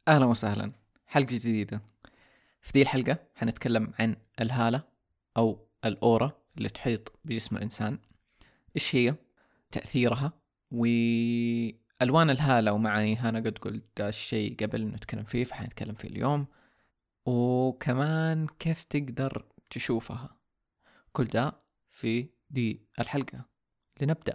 أهلا وسهلا. حلقة جديدة. في دي الحلقة حنتكلم عن الهالة أو الأورا اللي تحيط بجسم الإنسان. إيش هي؟ تأثيرها وألوان الهالة ومعانيها. أنا قد قلت ده الشيء قبل نتكلم فيه فحنتكلم فيه اليوم، وكمان كيف تقدر تشوفها. كل ده في دي الحلقة. لنبدأ.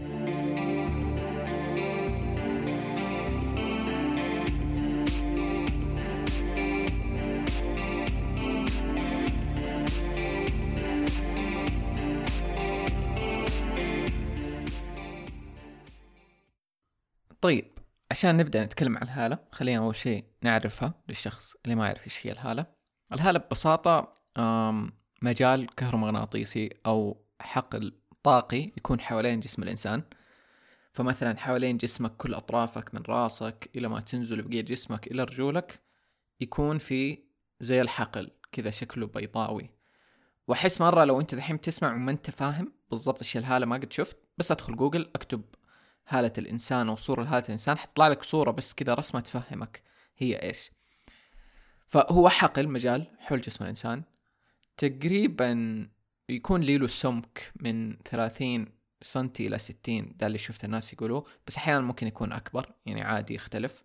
طيب، عشان نبدأ نتكلم عن الهالة خلينا أول شيء نعرفها للشخص اللي ما يعرف إيش هي الهالة. الهالة ببساطة مجال كهرومغناطيسي أو حقل طاقي يكون حوالين جسم الإنسان. فمثلا حوالين جسمك كل أطرافك من راسك إلى ما تنزل بقية جسمك إلى رجولك يكون في زي الحقل كذا شكله بيضاوي. وأحس مرة لو أنت دحين تسمع وما أنت فاهم بالضبط إيش الهالة ما قد شفت، بس أدخل جوجل أكتب هالة الإنسان أو صورة هالة الإنسان حتطلع لك صورة بس كذا رسمة تفهمك هي إيش. فهو حقل مجال حول جسم الإنسان تقريبا يكون له سمك من 30 سنتي إلى 60، ده اللي شفت الناس يقولوا، بس أحيانا ممكن يكون أكبر يعني عادي يختلف.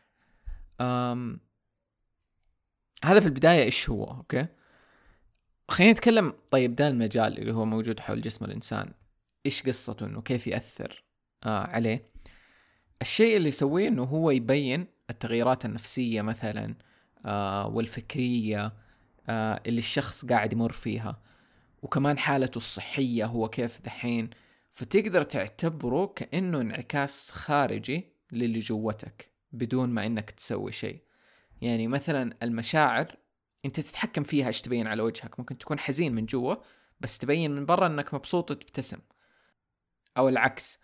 هذا في البداية إيش هو. أوكي، خلينا نتكلم. طيب ده المجال اللي هو موجود حول جسم الإنسان إيش قصته، إنه كيف يأثر عليه. الشيء اللي يسويه إنه هو يبين التغييرات النفسية مثلا والفكرية اللي الشخص قاعد يمر فيها، وكمان حالته الصحية هو كيف دحين. فتقدر تعتبره كأنه انعكاس خارجي للي جوتك بدون ما إنك تسوي شيء. يعني مثلا المشاعر انت تتحكم فيها ايش تبين على وجهك. ممكن تكون حزين من جوا بس تبين من برا انك مبسوط وتبتسم، او العكس.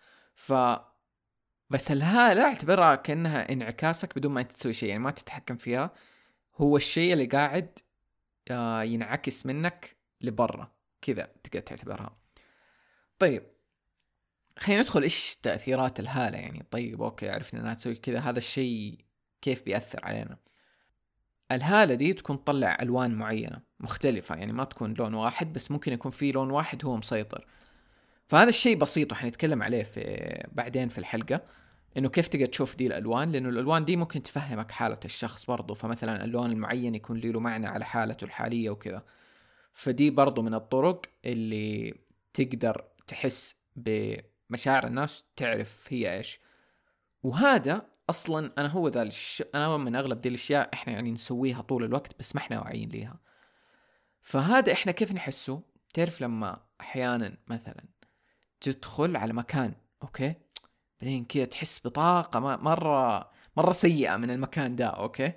بس الهالة اعتبرها كأنها انعكاسك بدون ما انت تسوي شيء، يعني ما تتحكم فيها. هو الشيء اللي قاعد ينعكس منك لبرا كذا تقدر تعتبرها. طيب خلينا ندخل ايش تأثيرات الهالة. يعني طيب اوكي عرفنا انها تسوي كذا، هذا الشيء كيف بيأثر علينا. الهالة دي تكون تطلع ألوان معينة مختلفة، يعني ما تكون لون واحد بس ممكن يكون في لون واحد هو مسيطر. فهذا الشيء بسيط وحنتكلم عليه بعدين في الحلقة، انه كيف تقدر تشوف دي الالوان، لانه الالوان دي ممكن تفهمك حالة الشخص برضو. فمثلا اللون المعين يكون له معنى على حالته الحالية وكذا. فدي برضو من الطرق اللي تقدر تحس بمشاعر الناس تعرف هي ايش. وهذا اصلا انا من اغلب دي الاشياء احنا يعني نسويها طول الوقت بس ما احنا واعيين ليها. فهذا احنا كيف نحسه؟ تعرف لما احيانا مثلا تدخل على مكان اوكي بعدين كذا تحس بطاقة مرة سيئة من المكان ده، اوكي،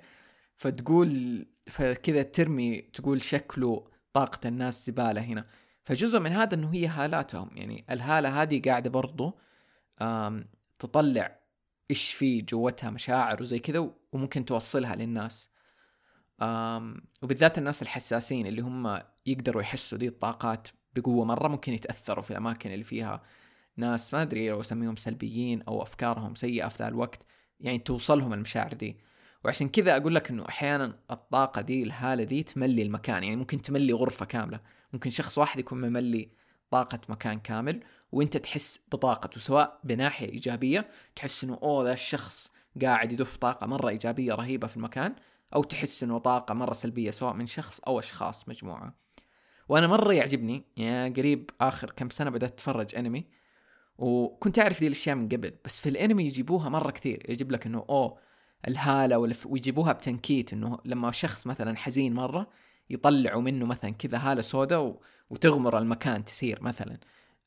فكذا ترمي تقول شكله طاقة الناس زبالة هنا. فجزء من هذا انه هي هالاتهم، يعني الهالة هذه قاعدة برضو تطلع ايش في جوتها مشاعر وزي كذا، وممكن توصلها للناس. وبالذات الناس الحساسين اللي هم يقدروا يحسوا دي الطاقات بقوة مرة، ممكن يتأثروا في الأماكن اللي فيها ناس ما أدري لو أسميهم سلبيين أو أفكارهم سيئة في ذا الوقت، يعني توصلهم المشاعر دي. وعشان كذا أقول لك إنه أحيانا الطاقة دي الهالة دي تملي المكان، يعني ممكن تملي غرفة كاملة. ممكن شخص واحد يكون مملي طاقة مكان كامل وإنت تحس بطاقته، سواء بناحية إيجابية تحس إنه أوه ذا الشخص قاعد يدف طاقة مرة إيجابية رهيبة في المكان، أو تحس إنه طاقة مرة سلبية سواء من شخص أو أشخاص مجموعة. وأنا مرة يعجبني، يعني قريب آخر كم سنة بدأت أتفرج أنمي، وكنت أعرف دي الأشياء من قبل، بس في الأنمي يجيبوها مرة كثير. يجيب لك إنه أوه الهالة ويجيبوها بتنكيت، إنه لما شخص مثلا حزين مرة يطلعوا منه مثلا كذا هالة سوداء وتغمر المكان تسير مثلا.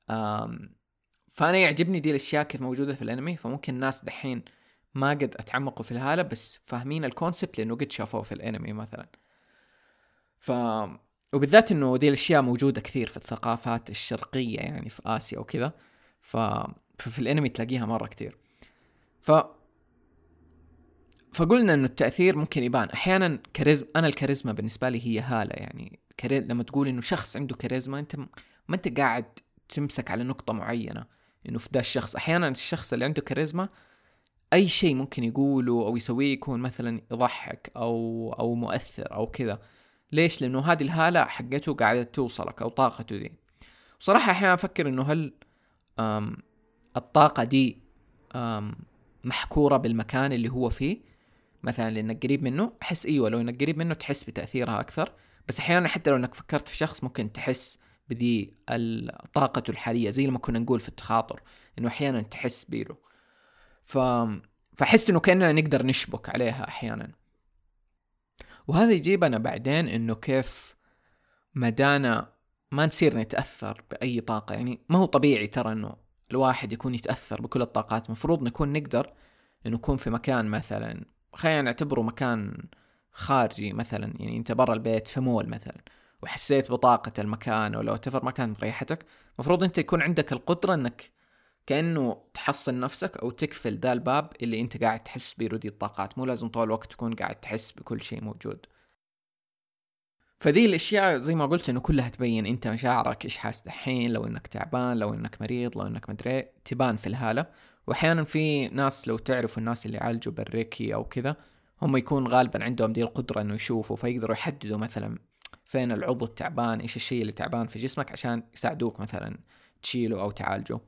فأنا يعجبني دي الأشياء كيف موجودة في الأنمي. فممكن الناس دحين ما قد أتعمقوا في الهالة بس فاهمين الكونسبت لأنه قد شافوه في الأنمي مثلا. وبالذات إنه دي الأشياء موجودة كثير في الثقافات الشرقية، يعني في آسيا وكذا. ففي الأنمي تلاقيها مرة كتير. فقلنا إنه التأثير ممكن يبان أحيانا أنا الكاريزما بالنسبة لي هي هالة. يعني لما تقول إنه شخص عنده كاريزما، ما أنت قاعد تمسك على نقطة معينة إنه في ده الشخص. أحيانا الشخص اللي عنده كاريزما أي شيء ممكن يقوله أو يسويه يكون مثلا يضحك أو مؤثر أو كذا. ليش؟ لأنه هذه الهالة حقته قاعدة توصلك أو طاقته دي. وصراحة أحيانا أفكر إنه هل الطاقة دي محكورة بالمكان اللي هو فيه، مثلا لأنك قريب منه. أحس إيوه، لو إنك قريب منه تحس بتأثيرها أكثر، بس أحيانا حتى لو إنك فكرت في شخص ممكن تحس بدي طاقته الحالية، زي لما كنا نقول في التخاطر إنه أحيانا تحس بيله. فأحس إنه كأننا نقدر نشبك عليها أحيانا. وهذا يجيبنا بعدين إنه كيف مدانا ما نصير نتأثر بأي طاقة. يعني ما هو طبيعي ترى إنه الواحد يكون يتأثر بكل الطاقات. مفروض نكون نقدر إنه نكون في مكان، مثلا خلينا نعتبره مكان خارجي مثلا، يعني أنت برا البيت في مول مثلا وحسيت بطاقة المكان، أو لو تفر مكان مريحتك، مفروض أنت يكون عندك القدرة إنك كأنه تحصن نفسك أو تقفل ذا الباب اللي أنت قاعد تحس بيه دي الطاقات. مو لازم طول الوقت تكون قاعد تحس بكل شيء موجود. فذي الاشياء زي ما قلت انه كلها تبين انت مشاعرك، ايش حاس دحين، لو انك تعبان، لو انك مريض، لو انك مدري، تبان في الهالة. واحيانا في ناس، لو تعرفوا الناس اللي يعالجوا بالريكي او كذا، هم يكون غالبا عندهم دي القدرة انه يشوفوا، فيقدروا يحددوا مثلا فين العضو التعبان، ايش الشيء اللي تعبان في جسمك، عشان يساعدوك مثلا تشيله او تعالجه.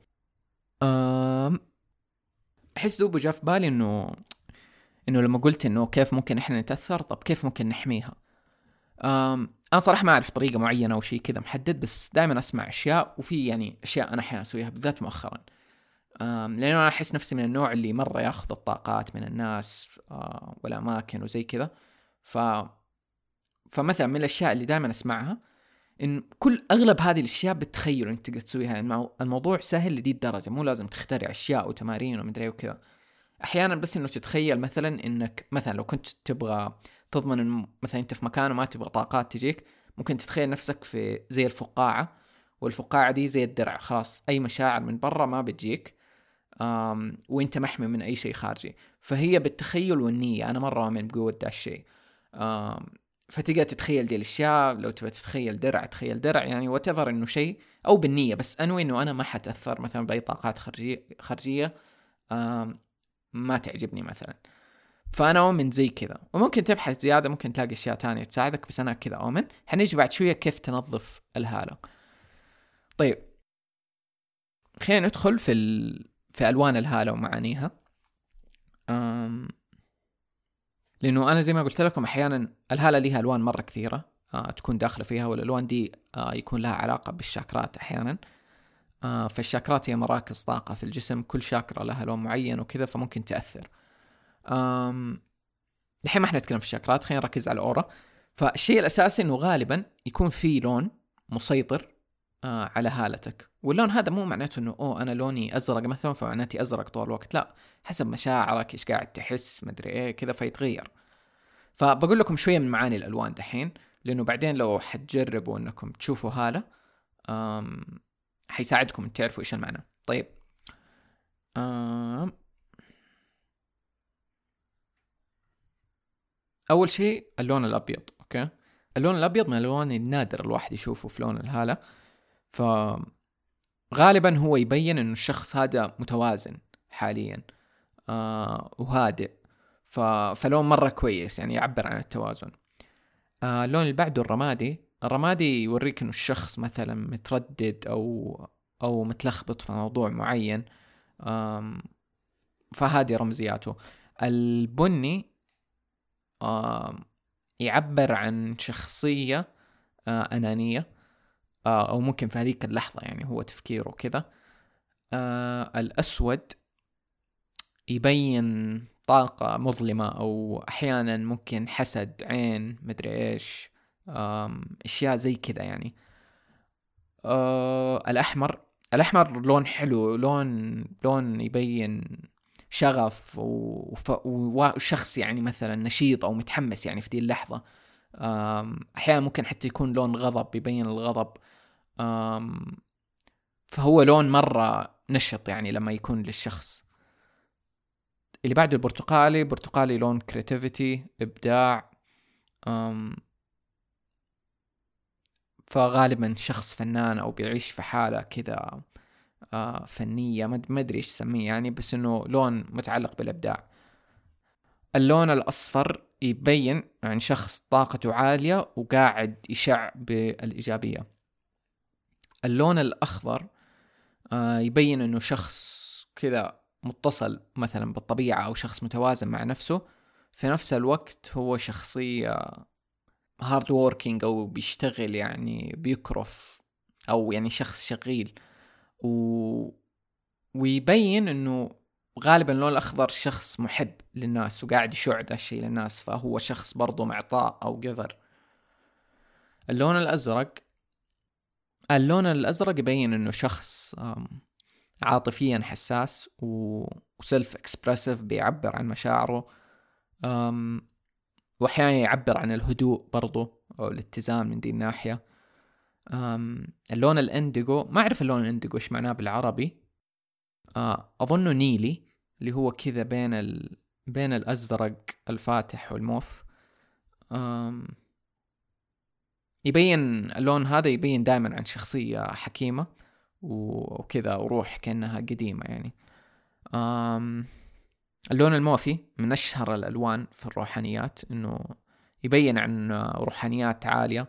احس دوبه جاء في بالي انه لما قلت انه كيف ممكن احنا نتأثر، طب كيف ممكن نحميها؟ انا صراحه ما اعرف طريقه معينه او شيء كذا محدد، بس دائما اسمع اشياء، وفي يعني اشياء انا احيانا اسويها بالذات مؤخرا. لانه انا احس نفسي من النوع اللي مره ياخذ الطاقات من الناس والاماكن وزي كذا. ف فمثلا من الاشياء اللي دائما اسمعها ان كل اغلب هذه الاشياء بالتخيل انت تقدر تسويها. يعني الموضوع سهل لدي الدرجه، مو لازم تخترع اشياء وتمارين ومدري وكذا. احيانا بس انه تتخيل مثلا انك مثلا لو كنت تبغى تضمن إن مثلا انت في مكان وما تبغى طاقات تجيك، ممكن تتخيل نفسك في زي الفقاعة، والفقاعة دي زي الدرع، خلاص اي مشاعر من برا ما بتجيك، وانت محمي من اي شيء خارجي. فهي بالتخيل والنية، انا مرة أؤمن بقوة دا الشيء. فتقدر تتخيل دي الاشياء. لو تبغى تتخيل درع، تخيل درع، يعني whatever انه شيء، او بالنية بس انوي انه انا ما حتأثر مثلا باي طاقات خارجية ما تعجبني مثلا. فانا اؤمن زي كذا، وممكن تبحث زياده ممكن تلاقي اشياء تانية تساعدك، بس انا كذا اؤمن. حنيجي بعد شويه كيف تنظف الهاله. طيب خلينا ندخل في الوان الهاله ومعانيها. لانه انا زي ما قلت لكم احيانا الهاله ليها الوان مره كثيره تكون داخله فيها، والالوان دي يكون لها علاقه بالشاكرات احيانا. فالشاكرات هي مراكز طاقه في الجسم، كل شاكرا لها لون معين وكذا، فممكن تاثر. الحين ما احنا نتكلم في الشاكرات، خلينا نركز على الأورا. فالشيء الأساسي إنه غالبا يكون في لون مسيطر على هالتك، واللون هذا مو معناته إنه أنا لوني أزرق مثلا فمعناتي أزرق طول الوقت، لا، حسب مشاعرك إيش قاعد تحس مدري إيه كذا فيتغير. فبقول لكم شوية من معاني الألوان دحين، لأنه بعدين لو حتجربوا إنكم تشوفوا هالة حيساعدكم تعرفوا إيش المعنى. طيب اول شيء اللون الابيض. اوكي، اللون الابيض من الالوان النادر الواحد يشوفه في لون الهالة. فغالبا هو يبين انه الشخص هذا متوازن حاليا وهادئ. فلون مرة كويس، يعني يعبر عن التوازن. اللون اللي بعده الرمادي. الرمادي يوريك انه الشخص مثلا متردد او متلخبط في موضوع معين. فهذه رمزياته. البني يعبر عن شخصية أنانية، أو ممكن في هذيك اللحظة يعني هو تفكيره كذا. الأسود يبين طاقة مظلمة، أو أحيانا ممكن حسد، عين، مدري إيش، أشياء زي كذا يعني. الأحمر لون حلو، لون يبين شغف وشخص يعني مثلا نشيط أو متحمس يعني في دي اللحظة. أحيانا ممكن حتى يكون لون غضب، يبين الغضب. فهو لون مرة نشط يعني لما يكون للشخص. اللي بعده البرتقالي. برتقالي لون كرياتيفيتي، إبداع. فغالبا شخص فنان أو بيعيش في حالة كذا فنية، ما أدري إيش سميه يعني، بس إنه لون متعلق بالإبداع. اللون الأصفر يبين عن شخص طاقته عالية وقاعد يشع بالإيجابية. اللون الأخضر يبين إنه شخص كذا متصل مثلا بالطبيعة، أو شخص متوازن مع نفسه، في نفس الوقت هو شخصية هارد ووركينج، أو بيشتغل يعني بيكرف، أو يعني شخص شغيل. ويبين إنه غالبا اللون الأخضر شخص محب للناس وقاعد يشع ده الشيء للناس، فهو شخص برضو معطاء أو قذر. اللون الأزرق، اللون الأزرق يبين إنه شخص عاطفيا حساس وسيلف اكسبرسيف، بيعبر عن مشاعره، وأحيانا يعبر عن الهدوء برضو أو الاتزان من دي الناحية. اللون الانديجو، ما أعرف اللون الانديجو إيش معناه بالعربي، أظنه نيلي، اللي هو كذا بين الأزرق الفاتح والموف. يبين اللون هذا يبين دائما عن شخصية حكيمة وكذا، وروح كأنها قديمة يعني. اللون الموفي من أشهر الألوان في الروحانيات، إنه يبين عن روحانيات عالية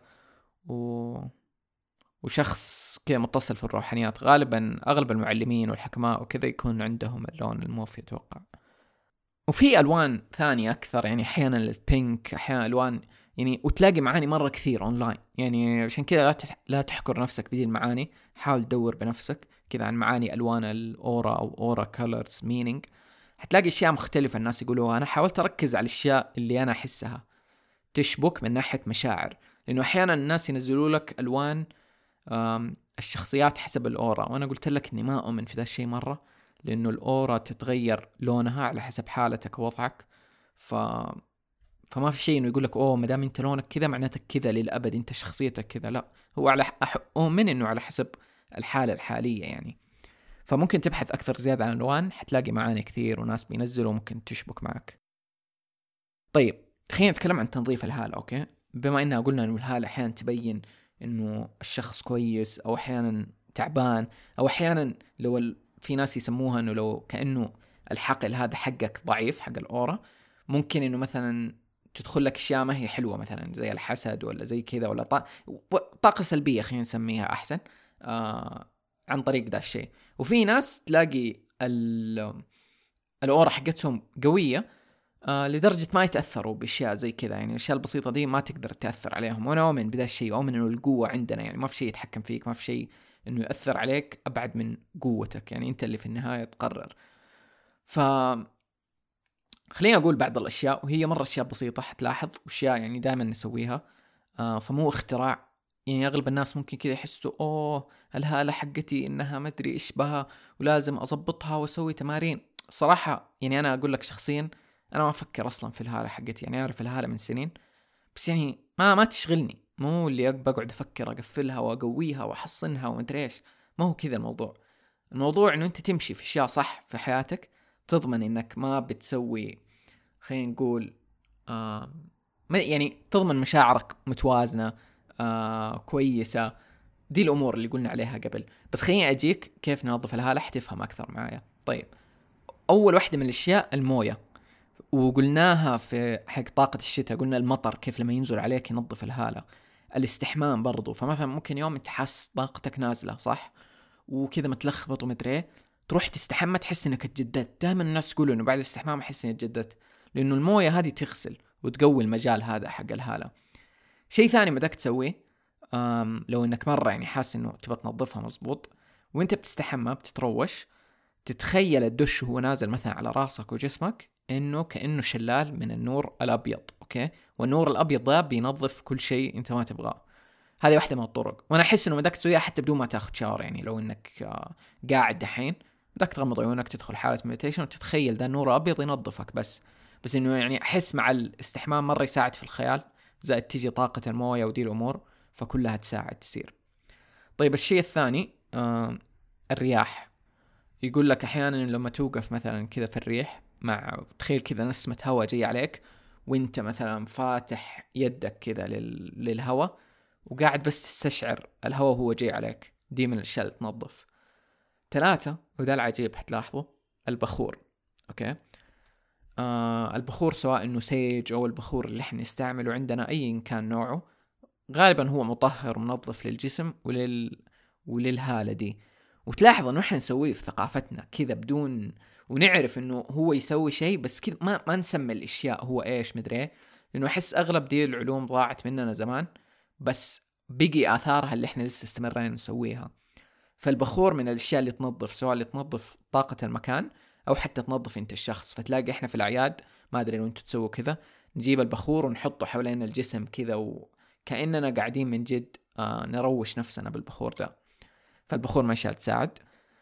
وشخص كذا متصل في الروحانيات. غالبا أغلب المعلمين والحكماء وكذا يكون عندهم اللون الموفي أتوقع. وفي ألوان ثانية أكثر، يعني أحيانا البينك، أحيانا ألوان يعني، وتلاقي معاني مرة كثير أونلاين يعني. عشان كذا لا تحكر نفسك بدي المعاني، حاول تدور بنفسك كذا عن معاني ألوان الأورا أو أورا كولرز مينينج. هتلاقي أشياء مختلفة الناس يقولوها. أنا حاولت أركز على الأشياء اللي أنا أحسها تشبك من ناحية مشاعر، لأنه أحيانا الناس ينزلوا لك ألوان الشخصيات حسب الأورا، وأنا قلت لك إني ما أؤمن في ذا الشيء مرة، لأنه الأورا تتغير لونها على حسب حالتك ووضعك. فما في شيء إنه يقول لك أوه مدام أنت لونك كذا معناتك كذا للأبد، أنت شخصيتك كذا. لا، هو أؤمن إنه على حسب الحالة الحالية يعني. فممكن تبحث أكثر زيادة عن الألوان، حتلاقي معاني كثير وناس بينزلوا ممكن تشبك معك. طيب خلينا نتكلم عن تنظيف الهالة. أوكي، بما إننا قلنا إنه الهالة أحيانا تبين إنه الشخص كويس أو أحيانا تعبان، أو أحيانا لو في ناس يسموها إنه لو كأنه الحقل هذا حقك ضعيف، حق الأورا، ممكن إنه مثلا تدخل لك أشياء ما هي حلوة، مثلا زي الحسد ولا زي كذا، ولا طاقة سلبية خلينا نسميها أحسن، عن طريق ده الشيء. وفي ناس تلاقي الأورا حقتهم قوية لدرجة ما يتأثروا بأشياء زي كذا، يعني الأشياء البسيطة دي ما تقدر تأثر عليهم. وأنا أؤمن بذا الشيء، أؤمن إنه القوة عندنا، يعني ما في شيء يتحكم فيك، ما في شيء إنه يأثر عليك أبعد من قوتك، يعني أنت اللي في النهاية تقرر. خليني أقول بعض الأشياء، وهي مرة أشياء بسيطة حتلاحظ، وأشياء يعني دائما نسويها، فمو اختراع. يعني أغلب الناس ممكن كذا يحسوا أوه الهالة حقتي إنها ما أدري إيش بها ولازم أضبطها وأسوي تمارين. صراحة يعني أنا أقول لك شخصيا، أنا ما أفكر أصلا في الهالة حقتي، يعني أعرف الهالة من سنين، بس يعني ما تشغلني، مو اللي بقعد أفكر أقفلها وأقويها وأحصنها ومدري إيش. ما هو كذا الموضوع إنه أنت تمشي في أشياء صح في حياتك، تضمن إنك ما بتسوي، خلينا نقول يعني تضمن مشاعرك متوازنة كويسة. دي الأمور اللي قلنا عليها قبل. بس خليني أجيك كيف ننظف الهالة حتفهم أكثر معايا. طيب أول واحدة من الأشياء الموية، وقلناها في حق طاقة الشتاء، قلنا المطر كيف لما ينزل عليك ينظف الهالة. الاستحمام برضو، فمثلا ممكن يوم تحس طاقتك نازلة صح وكذا متلخبط ومدري، تروح تستحمى تحس انك اتجددت. دائما الناس يقولوا انه بعد الاستحمام احس اني اتجددت، لانه المويه هذه تغسل وتقوي المجال هذا حق الهالة. شيء ثاني بدك تسويه، لو انك مرة يعني حاسس انه تبى تنظفها مزبوط، وانت بتستحمى بتتروش، تتخيل الدش وهو نازل مثلا على راسك وجسمك انه كأنه شلال من النور الابيض. اوكي، والنور الابيض ده بينظف كل شيء انت ما تبغاه. هذه واحدة من الطرق، وانا احس انه بدك تسويها حتى بدون ما تاخذ شاور. يعني لو انك قاعد دحين بدك تغمض عيونك، تدخل حالة مديتيشن وتتخيل ده النور الابيض ينظفك. بس انه يعني احس مع الاستحمام مرة يساعد في الخيال، زائد تيجي طاقة الموية ودي الامور، فكلها تساعد تصير. طيب الشيء الثاني الرياح. يقول لك احيانا لما توقف مثلا كذا في الريح، مع تخيل كذا نسمة هواء جاي عليك، وانت مثلا فاتح يدك كذا للهواء وقاعد بس تستشعر الهواء هو جاي عليك، دي من الاشياء اللي تنظف. 3 وده العجيب حتلاحظوا، البخور. أوكي. البخور سواء إنه سيج أو البخور اللي إحنا نستعمله عندنا أي كان نوعه، غالبا هو مطهر منظف للجسم وللهالة دي. وتلاحظ إنه إحنا نسويه في ثقافتنا كذا بدون، ونعرف إنه هو يسوي شيء بس كذا ما نسمي الأشياء هو إيش مدري، لأنه أحس أغلب دي العلوم ضاعت مننا زمان، بس بقي آثارها اللي إحنا لسه استمرنا نسويها. فالبخور من الأشياء اللي تنظف، سواء اللي تنظف طاقة المكان أو حتى تنظف أنت الشخص. فتلاقي إحنا في الأعياد، ما أدري لو أنتوا تسووا كذا، نجيب البخور ونحطه حوالين الجسم كذا، وكأننا قاعدين من جد نروش نفسنا بالبخور ده. فالبخور ما شاء تساعد.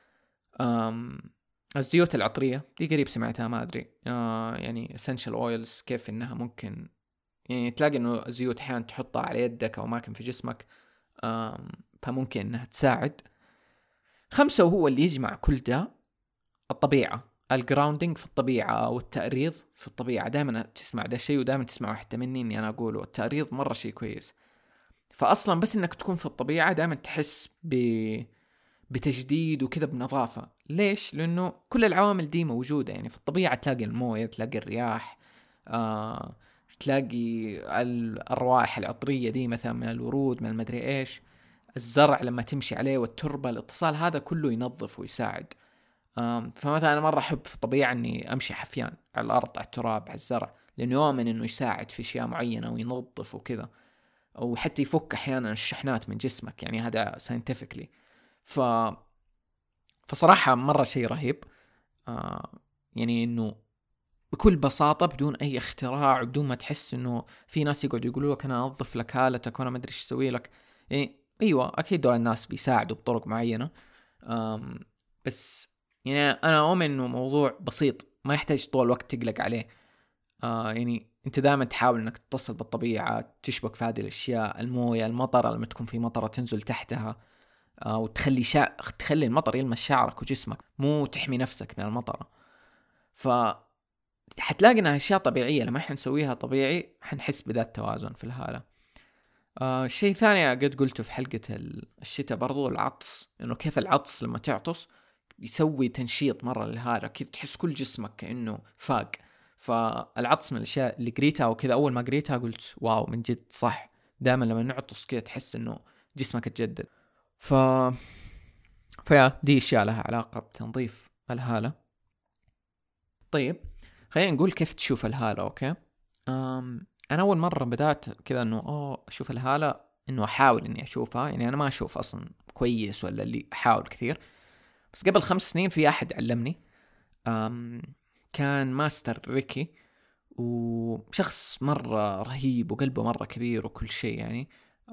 الزيوت العطرية دي قريب سمعتها، ما أدري يعني essential oils كيف إنها ممكن، يعني تلاقي إنه الزيوت أحيانا تحطها على يدك أو أماكن في جسمك، فممكن إنها تساعد. 5 وهو اللي يجمع كل ده، الطبيعة، الجراوندينج في الطبيعة والتأريض في الطبيعة. دائما تسمع ده الشيء، ودائما تسمعه حتى مني إني أنا أقوله، التأريض مرة شيء كويس. فأصلا بس إنك تكون في الطبيعة دائما تحس بتجديد وكذا، بنظافة. ليش؟ لأنه كل العوامل دي موجودة. يعني في الطبيعة تلاقي الموية، تلاقي الرياح، تلاقي الروائح العطرية دي مثلا من الورود، من المدري إيش، الزرع لما تمشي عليه، والتربة، الاتصال هذا كله ينظف ويساعد. فمثلا أنا مرة أحب في الطبيعة أني أمشي حفيان على الأرض، على التراب، على الزرع، لأنه يؤمن أنه يساعد في أشياء معينة وينظف وكذا، أو حتى يفك أحيانا الشحنات من جسمك، يعني هذا scientifically. فصراحة مرة شيء رهيب. يعني أنه بكل بساطة بدون أي اختراع، بدون ما تحس أنه في ناس يقعدوا يقولوا لك أنا أنظف لك هالتك وأنا ما أدري إيش أسوي لك. يعني أيوة أكيد دول الناس بيساعدوا بطرق معينة، بس يعني أنا أؤمن أنه موضوع بسيط ما يحتاج طول الوقت تقلق عليه. يعني أنت دائما تحاول أنك تتصل بالطبيعة، تشبك في هذه الأشياء، الموية، المطر لما تكون في مطرة تنزل تحتها، وتخلي تخلي المطر يلمس شعرك وجسمك، مو تحمي نفسك من المطرة. حتلاقي انها اشياء طبيعية، لما احنا نسويها طبيعي حنحس بذات التوازن في الهالة. شيء ثاني قد قلته في حلقة الشتاء برضو، العطس، انه كيف العطس لما تعطس يسوي تنشيط مرة للهالة، كذا تحس كل جسمك كأنه فاق. فالعطس من الاشياء اللي قريتها وكذا، اول ما قريتها قلت واو من جد صح، دائما لما نعطس كذا تحس انه جسمك اتجدد. فيا دي اشياء لها علاقة بتنظيف الهالة. طيب خلينا نقول كيف تشوف الهالة. اوكي. انا اول مرة بدأت كذا انه اشوف الهالة، انه احاول اني اشوفها، يعني انا ما اشوف اصلا كويس ولا اللي احاول كثير، بس قبل 5 سنين في احد علمني، كان ماستر ريكي، وشخص مرة رهيب وقلبه مرة كبير وكل شيء. يعني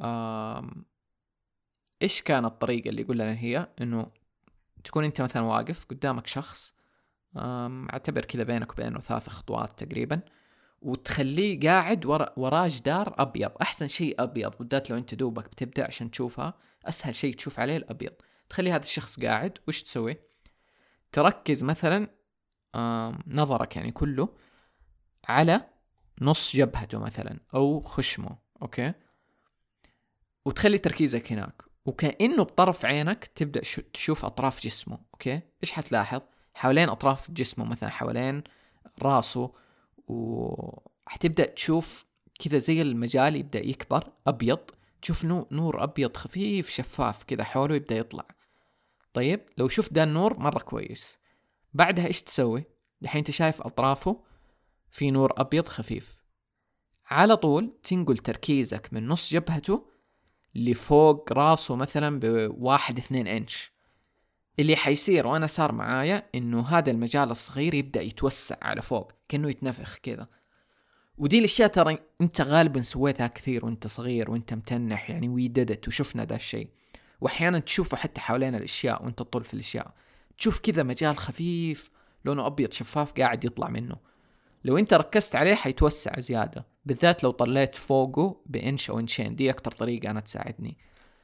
ايش كانت الطريقة اللي يقول لنا هي؟ انه تكون انت مثلا واقف قدامك شخص، اعتبر كذا بينك وبينه 3 خطوات تقريبا، وتخليه قاعد وراه جدار ابيض، احسن شيء ابيض، بالذات لو انت دوبك بتبدأ عشان تشوفها، اسهل شيء تشوف عليه الابيض. تخلي هذا الشخص قاعد، وش تسوي؟ تركز مثلا نظرك يعني كله على نص جبهته مثلا او خشمه. اوكي. وتخلي تركيزك هناك، وكأنه بطرف عينك تبدأ تشوف اطراف جسمه. اوكي. ايش حتلاحظ؟ حوالين اطراف جسمه، مثلا حوالين راسه، وحتبدأ تشوف كذا زي المجال يبدأ يكبر أبيض، تشوف نور أبيض خفيف شفاف كذا حوله يبدأ يطلع. طيب لو شفت ده النور مرة كويس، بعدها إيش تسوي؟ الحين أنت شايف أطرافه في نور أبيض خفيف، على طول تنقل تركيزك من نص جبهته لفوق راسه مثلا ب1-2 إنش. اللي حيصير وأنا صار معايا إنه هذا المجال الصغير يبدأ يتوسع على فوق كأنه يتنفخ كذا. ودي الاشياء ترى انت غالبا سويتها كثير وانت صغير وانت متنح، يعني ويددت وشفنا ده الشيء. واحيانا تشوفه حتى حوالين الاشياء وانت تطل في الاشياء، تشوف كذا مجال خفيف لونه ابيض شفاف قاعد يطلع منه. لو انت ركزت عليه حيتوسع زيادة، بالذات لو طليت فوقه بإنش او إنشين. دي اكتر طريقة انا تساعدني.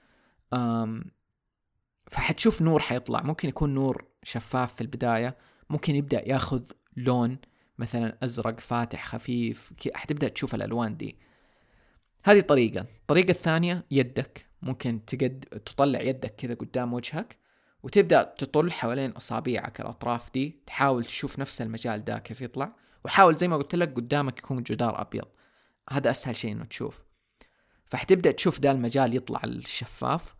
فحتشوف نور حيطلع، ممكن يكون نور شفاف في البداية، ممكن يبدأ ياخذ لون مثلا أزرق فاتح خفيف، حتبدأ تشوف الألوان دي. هذه طريقة. الطريقة الثانية يدك، ممكن تطلع يدك كذا قدام وجهك، وتبدأ تطل حوالين أصابعك الأطراف دي، تحاول تشوف نفس المجال ده كيف يطلع، وحاول زي ما قلت لك قدامك يكون جدار أبيض، هذا أسهل شيء إنه تشوف. فحتبدأ تشوف ده المجال يطلع الشفاف،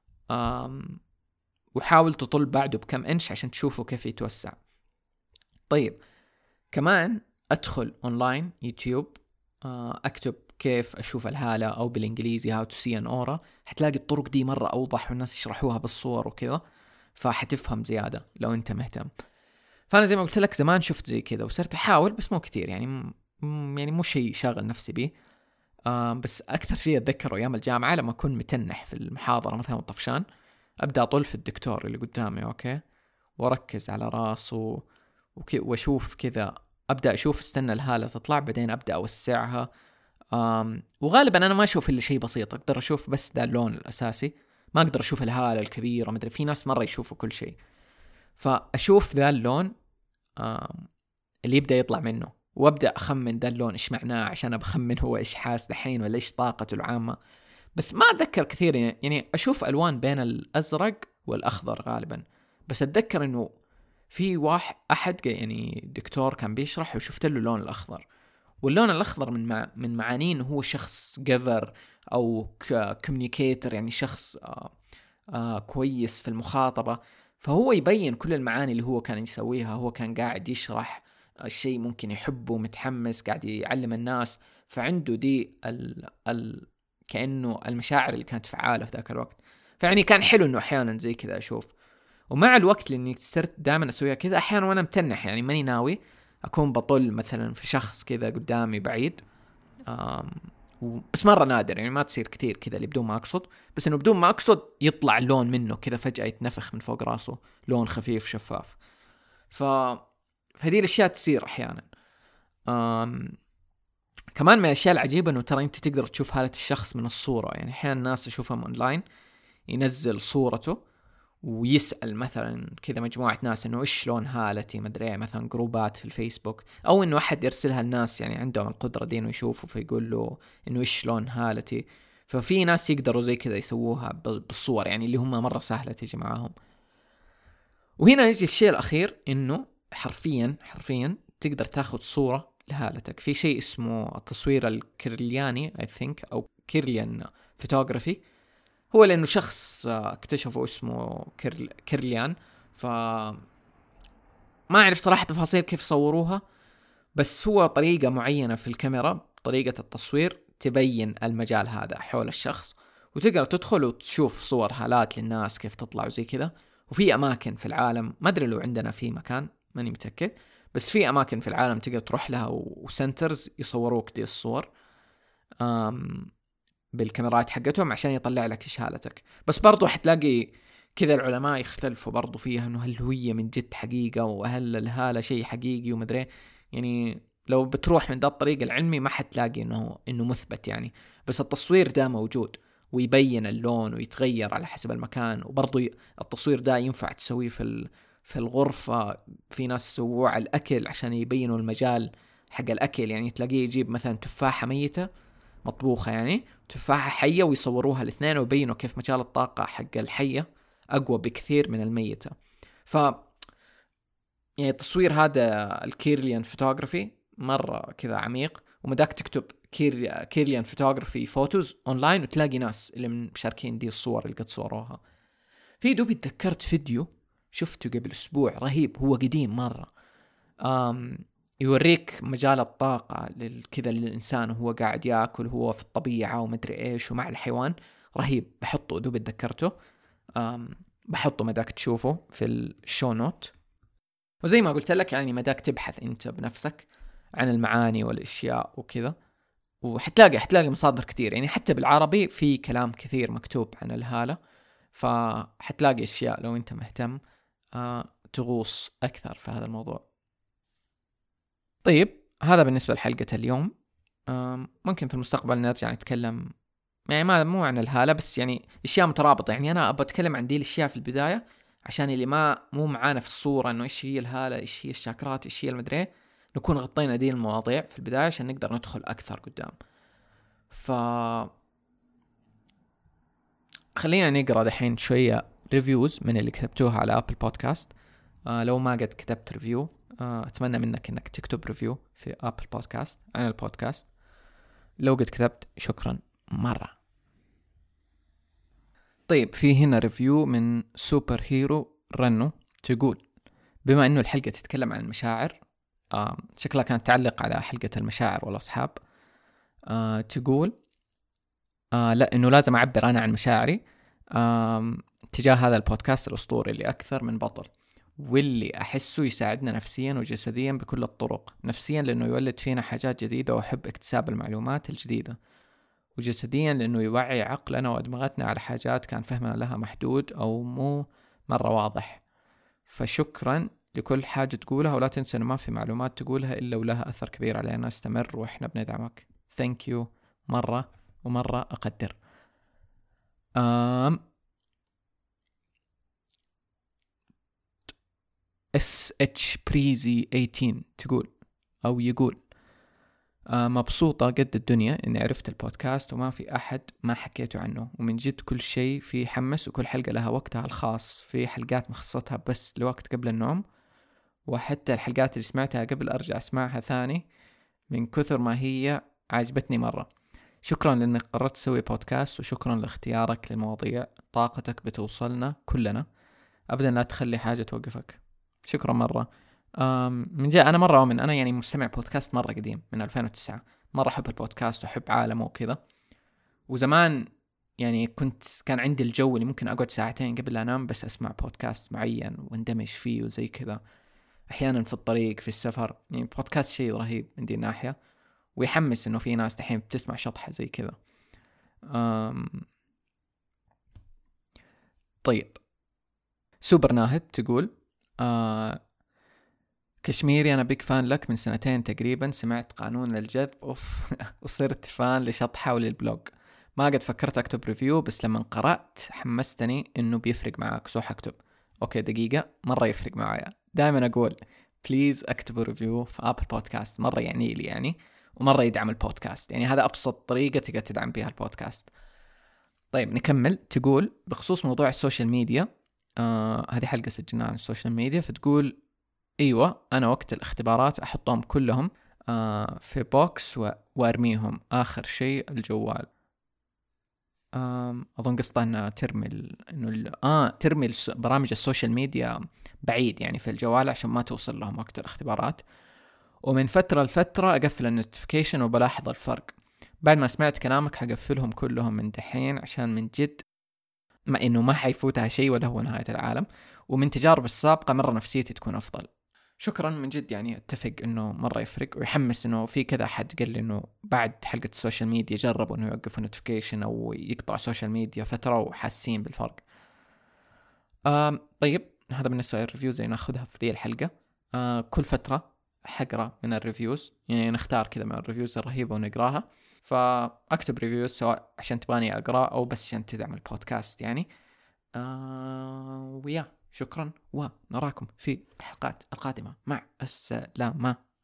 وحاول تطل بعده بكم إنش عشان تشوفه كيف يتوسع. طيب كمان أدخل أونلاين يوتيوب، أكتب كيف أشوف الهالة، أو بالإنجليزي how to see an aura، حتلاقي الطرق دي مرة أوضح والناس يشرحوها بالصور وكذا، فحتفهم زيادة لو أنت مهتم. فأنا زي ما قلت لك زمان شفت زي كذا وصرت أحاول، بس مو كتير يعني، يعني مو شيء شاغل نفسي بيه. بس أكثر شيء أتذكره أيام الجامعة لما أكون متنح في المحاضرة مثلا طفشان، أبدأ أطل في الدكتور اللي قدامي، أوكي، وأركز على راسه وأشوف كذا، أبدأ أشوف استنى الهالة تطلع، بعدين أبدأ أوسعها. وغالبا أنا ما أشوف إلا شيء بسيط، أقدر أشوف بس ده اللون الأساسي، ما أقدر أشوف الهالة الكبيرة، ما أدري في ناس مرة يشوفوا كل شيء. فأشوف ذا اللون اللي يبدأ يطلع منه، وأبدأ أخمن ذا اللون إيش معناه، عشان أبخمن هو إيش حاس دحين ولا إيش طاقته العامة. بس ما أتذكر كثير يعني أشوف ألوان بين الأزرق والأخضر غالبا، بس أتذكر إنه في أحد يعني دكتور كان بيشرح وشفت له اللون الأخضر، واللون الأخضر من معانيه إنه هو شخص جيفر أو كوميونيكيتر، يعني شخص كويس في المخاطبة. فهو يبين كل المعاني اللي هو كان يسويها، هو كان قاعد يشرح الشيء ممكن يحبه، متحمس، قاعد يعلم الناس، فعنده دي كأنه المشاعر اللي كانت فعالة في ذاك الوقت. فيعني كان حلو إنه أحيانا زي كذا أشوف. ومع الوقت لأني صرت دائما أسويها كذا، أحيانا وأنا متنح يعني ماني ناوي، أكون بطل مثلا في شخص كذا قدامي بعيد، بس مرة نادر يعني، ما تصير كتير كذا اللي بدون ما أقصد، بس إنه بدون ما أقصد يطلع اللون منه كذا فجأة، يتنفخ من فوق راسه لون خفيف شفاف. فهذه الأشياء تصير أحيانا. كمان من الأشياء العجيبة إنه ترى أنت تقدر تشوف حالة الشخص من الصورة، يعني أحيانا الناس أشوفهم أونلاين ينزل صورته ويسأل مثلا كذا مجموعة ناس إنه إيش لون هالتي، مدري مثلا جروبات في الفيسبوك، أو إنه أحد يرسلها الناس يعني عندهم القدرة دي إنه يشوفوا فيقول له إنه إيش لون هالتي. ففي ناس يقدروا زي كذا يسووها بالصور، يعني اللي هم مرة سهلة تيجي معاهم. وهنا يجي الشيء الأخير، إنه حرفيا تقدر تاخذ صورة لهالتك في شيء اسمه التصوير الكيرلياني I think، أو كيرليان فوتوغرافي. هو لأنه شخص اكتشفه اسمه كيرليان، ما أعرف صراحة تفاصيل كيف صوروها، بس هو طريقة معينة في الكاميرا، طريقة التصوير تبين المجال هذا حول الشخص، وتقدر تدخل وتشوف صور هالات للناس كيف تطلع وزي كذا. وفي أماكن في العالم، ما أدري لو عندنا في مكان ماني متأكد، بس في أماكن في العالم تقدر تروح لها وسنترز يصوروك دي الصور بالكاميرات حقتهم عشان يطلع لك إيش هالتك. بس برضو حتلاقي كذا العلماء يختلفوا برضو فيها، إنه هل هي من جد حقيقة، وهل الهالة شيء حقيقي ومدري. يعني لو بتروح من ده الطريق العلمي ما حتلاقي إنه مثبت يعني، بس التصوير ده موجود ويبين اللون ويتغير على حسب المكان. وبرضو التصوير ده ينفع تسويه في الغرفة، في ناس سووه على الأكل عشان يبينوا المجال حق الأكل، يعني تلاقيه يجيب مثلا تفاحة ميتة مطبوخة يعني تفاحة حية ويصوروها الاثنين ويبينوا كيف مجال الطاقة حق الحية أقوى بكثير من الميتة. يعني التصوير هذا الكيرليان فوتوغرافي مرة كذا عميق، ومداك تكتب كيرليان فوتوغرافي فوتوز أونلاين وتلاقي ناس اللي مشاركين دي الصور اللي قد صوروها. في دوبي تذكرت فيديو شفته قبل أسبوع رهيب، هو قديم مرة، يوريك مجال الطاقة كذا للإنسان وهو قاعد يأكل هو في الطبيعة ومدري إيش ومع الحيوان، رهيب. بحطه دوبي تذكرته، بحطه مداك تشوفه في الشو نوت. وزي ما قلت لك يعني مداك تبحث أنت بنفسك عن المعاني والأشياء وكذا، وحتلاقي مصادر كتير، يعني حتى بالعربي في كلام كثير مكتوب عن الهالة، فحتلاقي أشياء لو أنت مهتم تغوص أكثر في هذا الموضوع. طيب هذا بالنسبة لحلقة اليوم. ممكن في المستقبل نرجع نتكلم يعني مو عن الهالة بس، يعني أشياء مترابطة. يعني أنا أبغى أتكلم عن دي الأشياء في البداية عشان اللي مو معانا في الصورة إنه إيش هي الهالة، إيش هي الشاكرات، إيش هي المدري، نكون غطينا دي المواضيع في البداية عشان نقدر ندخل أكثر قدام. خلينا نقرأ دحين شوية ريفيوز من اللي كتبتوها على أبل بودكاست. لو ما قد كتبت ريفيو أتمنى منك إنك تكتب ريفيو في أبل بودكاست عن البودكاست. لو قد كتبت شكرا مرة. طيب في هنا ريفيو من سوبر هيرو رنو، تقول بما إنه الحلقة تتكلم عن المشاعر، شكلها كانت تعلق على حلقة المشاعر والأصحاب. تقول لا إنه لازم أعبر أنا عن مشاعري تجاه هذا البودكاست الأسطوري اللي أكثر من بطل، واللي أحسه يساعدنا نفسيا وجسديا بكل الطرق. نفسيا لأنه يولد فينا حاجات جديدة وأحب اكتساب المعلومات الجديدة، وجسديا لأنه يوعي عقلنا وأدمغتنا على حاجات كان فهمنا لها محدود أو مو مرة واضح. فشكرا لكل حاجة تقولها، ولا تنسى أنه ما في معلومات تقولها إلا ولها أثر كبير علينا. استمر وإحنا بندعمك. Thank you مرة ومرة أقدر. SH بريزي 18 تقول أو يقول مبسوطة قد الدنيا إني عرفت البودكاست وما في أحد ما حكيته عنه، ومن جد كل شيء فيه حمس وكل حلقة لها وقتها الخاص. في حلقات مخصصتها بس لوقت قبل النوم، وحتى الحلقات اللي سمعتها قبل أرجع أسمعها ثاني من كثر ما هي عجبتني مرة. شكرا لأنك قررت تسوي بودكاست، وشكرا لاختيارك للمواضيع. طاقتك بتوصلنا كلنا، أبدا لا تخلي حاجة توقفك. شكرا مرة. من جاء أنا مرة أنا يعني مستمع بودكاست مرة قديم من 2009. مرة أحب البودكاست وأحب عالمه وكذا. وزمان يعني كان عندي الجو اللي ممكن أقعد ساعتين قبل لا أنام بس أسمع بودكاست معين واندمج فيه وزي كذا. أحيانا في الطريق في السفر، يعني بودكاست شيء رهيب من دي الناحية، ويحمس إنه في ناس دحين بتسمع شطحة زي كذا. طيب سوبر ناهد تقول كشميري أنا بيك فان لك من 2 تقريبا. سمعت قانون الجذب وصرت فان لشطحة وللبلوج. ما قد فكرت أكتب ريفيو، بس لما قرأت حمستني إنه بيفرق معاك، سو حكتب. أوكي دقيقة، مرة يفرق معايا. دائما أقول بليز أكتبوا ريفيو في أبل بودكاست، مرة يعني لي يعني، ومرة يدعم البودكاست. يعني هذا أبسط طريقة تقدر تدعم بها البودكاست. طيب نكمل. تقول بخصوص موضوع السوشيال ميديا، هذه حلقة سجلناها عن السوشيال ميديا. فتقول ايوه انا وقت الاختبارات احطهم كلهم في بوكس وارميهم. اخر شيء الجوال. اظن قصدها انها ترمي ترمي برامج السوشيال ميديا بعيد يعني في الجوال عشان ما توصل لهم وقت الاختبارات. ومن فترة لفترة اقفل النوتيفيكيشن وبلاحظ الفرق. بعد ما سمعت كلامك حقفلهم كلهم من دحين، عشان من جد ما انه ما حيفوتها شيء ولا هو نهاية العالم. ومن تجارب السابقة مرة نفسيتي تكون افضل. شكرا من جد، يعني اتفق انه مرة يفرق، ويحمس انه في كذا حد قال لي انه بعد حلقة السوشيال ميديا جربوا انه يوقفوا نوتيفيكيشن او يقطع السوشيال ميديا فترة وحاسين بالفرق. طيب هذا بالنسبة للريفيوز اللي ناخذها في ذي الحلقة. كل فترة حقرأ من الريفيوز، يعني نختار كذا من الريفيوز الرهيبة ونقراها. فاكتب ريفيوز سواء عشان تباني اقرأ او بس عشان تدعم البودكاست يعني. ويا شكرا، ونراكم في الحلقات القادمة. مع السلامة.